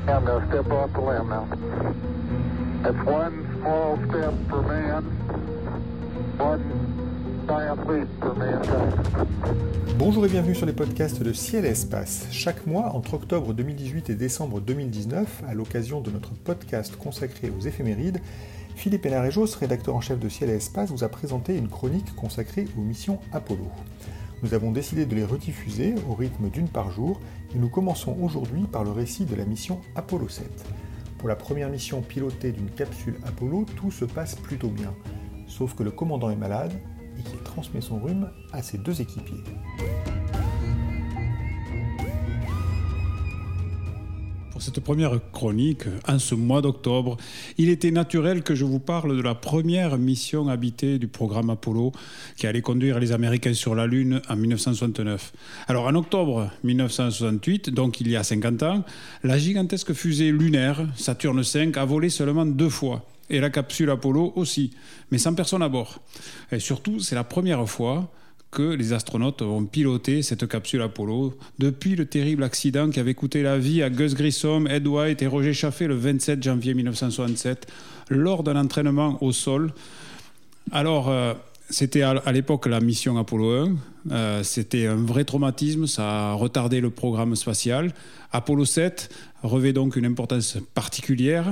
And step off the land now. That's one small step for man, one giant leap for mankind. Bonjour et bienvenue sur les podcasts de Ciel et Espace. Chaque mois, entre octobre 2018 et décembre 2019, à l'occasion de notre podcast consacré aux éphémérides, Philippe Hénarejos, rédacteur en chef de Ciel et Espace, vous a présenté une chronique consacrée aux missions Apollo. Nous avons décidé de les rediffuser au rythme d'une par jour et nous commençons aujourd'hui par le récit de la mission Apollo 7. Pour la première mission pilotée d'une capsule Apollo, tout se passe plutôt bien, sauf que le commandant est malade et qu'il transmet son rhume à ses deux équipiers. Pour cette première chronique, en ce mois d'octobre, il était naturel que je vous parle de la première mission habitée du programme Apollo qui allait conduire les Américains sur la Lune en 1969. Alors en octobre 1968, donc il y a 50 ans, la gigantesque fusée lunaire Saturne V a volé seulement 2 fois. Et la capsule Apollo aussi, mais sans personne à bord. Et surtout, c'est la première fois que les astronautes ont piloté cette capsule Apollo depuis le terrible accident qui avait coûté la vie à Gus Grissom, Ed White et Roger Chaffee le 27 janvier 1967 lors d'un entraînement au sol. Alors, c'était à l'époque la mission Apollo 1. C'était un vrai traumatisme, ça a retardé le programme spatial. Apollo 7 revêt donc une importance particulière,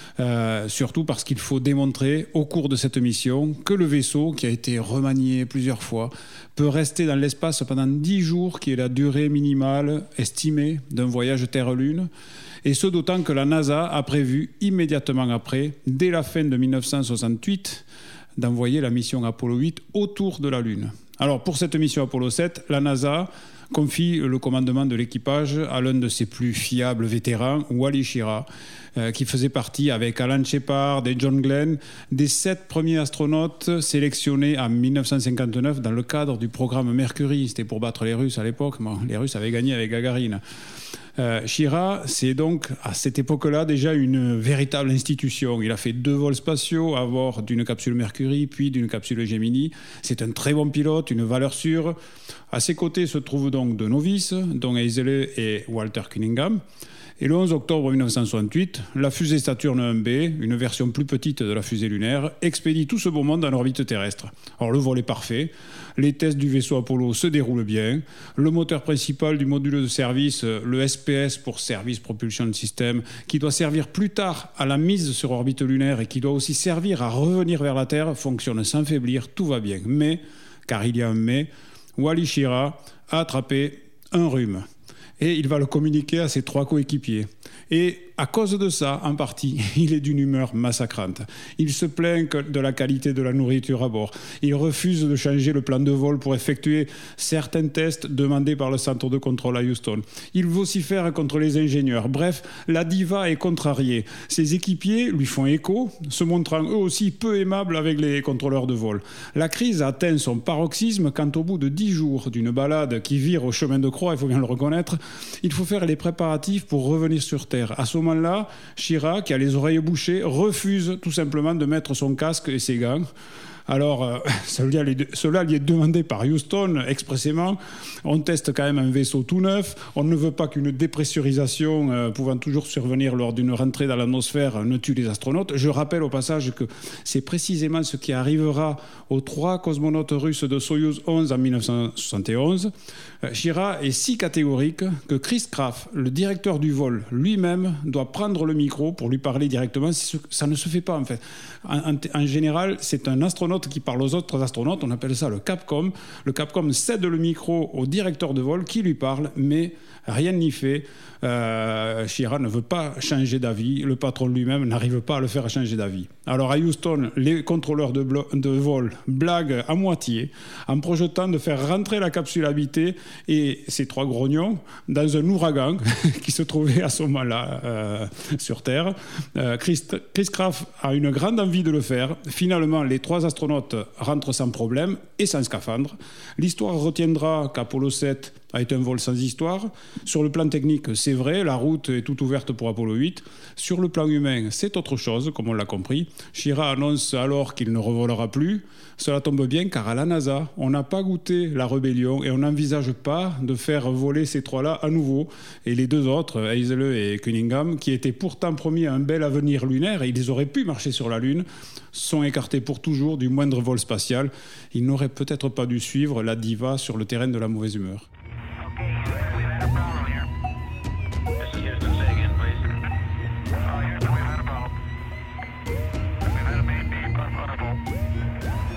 surtout parce qu'il faut démontrer au cours de cette mission que le vaisseau, qui a été remanié plusieurs fois, peut rester dans l'espace pendant 10 jours, qui est la durée minimale estimée d'un voyage Terre-Lune. Et ce d'autant que la NASA a prévu immédiatement après, dès la fin de 1968, d'envoyer la mission Apollo 8 autour de la Lune. Alors pour cette mission Apollo 7, la NASA confie le commandement de l'équipage à l'un de ses plus fiables vétérans, Wally Schirra, qui faisait partie avec Alan Shepard et John Glenn des 7 premiers astronautes sélectionnés en 1959 dans le cadre du programme Mercury. C'était pour battre les Russes à l'époque. Bon, les Russes avaient gagné avec Gagarine. Schirra, c'est donc à cette époque-là déjà une véritable institution. Il a fait 2 vols spatiaux à bord d'une capsule Mercury puis d'une capsule Gemini. C'est un très bon pilote, une valeur sûre. À ses côtés se trouvent donc 2 novices, dont Eisele et Walter Cunningham. Et le 11 octobre 1968, la fusée Saturne 1B, une version plus petite de la fusée lunaire, expédie tout ce beau monde en orbite terrestre. Alors le vol est parfait, les tests du vaisseau Apollo se déroulent bien, le moteur principal du module de service, le SPS pour Service Propulsion System, qui doit servir plus tard à la mise sur orbite lunaire et qui doit aussi servir à revenir vers la Terre, fonctionne sans faiblir, tout va bien. Mais, car il y a un mais, Wally Schirra a attrapé un rhume. Et il va le communiquer à ses 3 coéquipiers. Et à cause de ça, en partie, il est d'une humeur massacrante. Il se plaint de la qualité de la nourriture à bord. Il refuse de changer le plan de vol pour effectuer certains tests demandés par le centre de contrôle à Houston. Il vocifère contre les ingénieurs. Bref, la diva est contrariée. Ses équipiers lui font écho, se montrant eux aussi peu aimables avec les contrôleurs de vol. La crise atteint son paroxysme quand au bout de 10 jours d'une balade qui vire au chemin de croix, il faut bien le reconnaître, il faut faire les préparatifs pour revenir sur Terre. À ce moment-là, Schirra, qui a les oreilles bouchées, refuse tout simplement de mettre son casque et ses gants. Alors, cela lui est demandé par Houston expressément. On teste quand même un vaisseau tout neuf. On ne veut pas qu'une dépressurisation pouvant toujours survenir lors d'une rentrée dans l'atmosphère ne tue les astronautes. Je rappelle au passage que c'est précisément ce qui arrivera aux 3 cosmonautes russes de Soyouz 11 en 1971. Schirra est si catégorique que Chris Kraft, le directeur du vol lui-même, doit prendre le micro pour lui parler directement. Ça ne se fait pas en fait. En général, c'est un astronaute qui parle aux autres astronautes, on appelle ça le Capcom. Le Capcom cède le micro au directeur de vol qui lui parle, mais rien n'y fait. Schirra ne veut pas changer d'avis, le patron lui-même n'arrive pas à le faire changer d'avis. Alors à Houston, les contrôleurs de vol blaguent à moitié en projetant de faire rentrer la capsule habitée et ces 3 grognons dans un ouragan qui se trouvait à ce moment-là sur Terre. Chris Kraft a une grande envie de le faire. Finalement, les 3 astronautes rentrent sans problème et sans scaphandre. L'histoire retiendra qu'Apollo 7 a été un vol sans histoire. Sur le plan technique, c'est vrai, la route est toute ouverte pour Apollo 8. Sur le plan humain, c'est autre chose, comme on l'a compris. Schirra annonce alors qu'il ne revolera plus. Cela tombe bien car à la NASA, on n'a pas goûté la rébellion et on n'envisage pas de faire voler ces trois-là à nouveau. Et les deux autres, Eisele et Cunningham, qui étaient pourtant promis à un bel avenir lunaire, et ils auraient pu marcher sur la Lune, sont écartés pour toujours du moindre vol spatial. Ils n'auraient peut-être pas dû suivre la diva sur le terrain de la mauvaise humeur.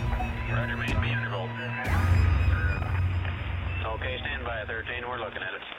Okay, stand by 13, we're looking at it.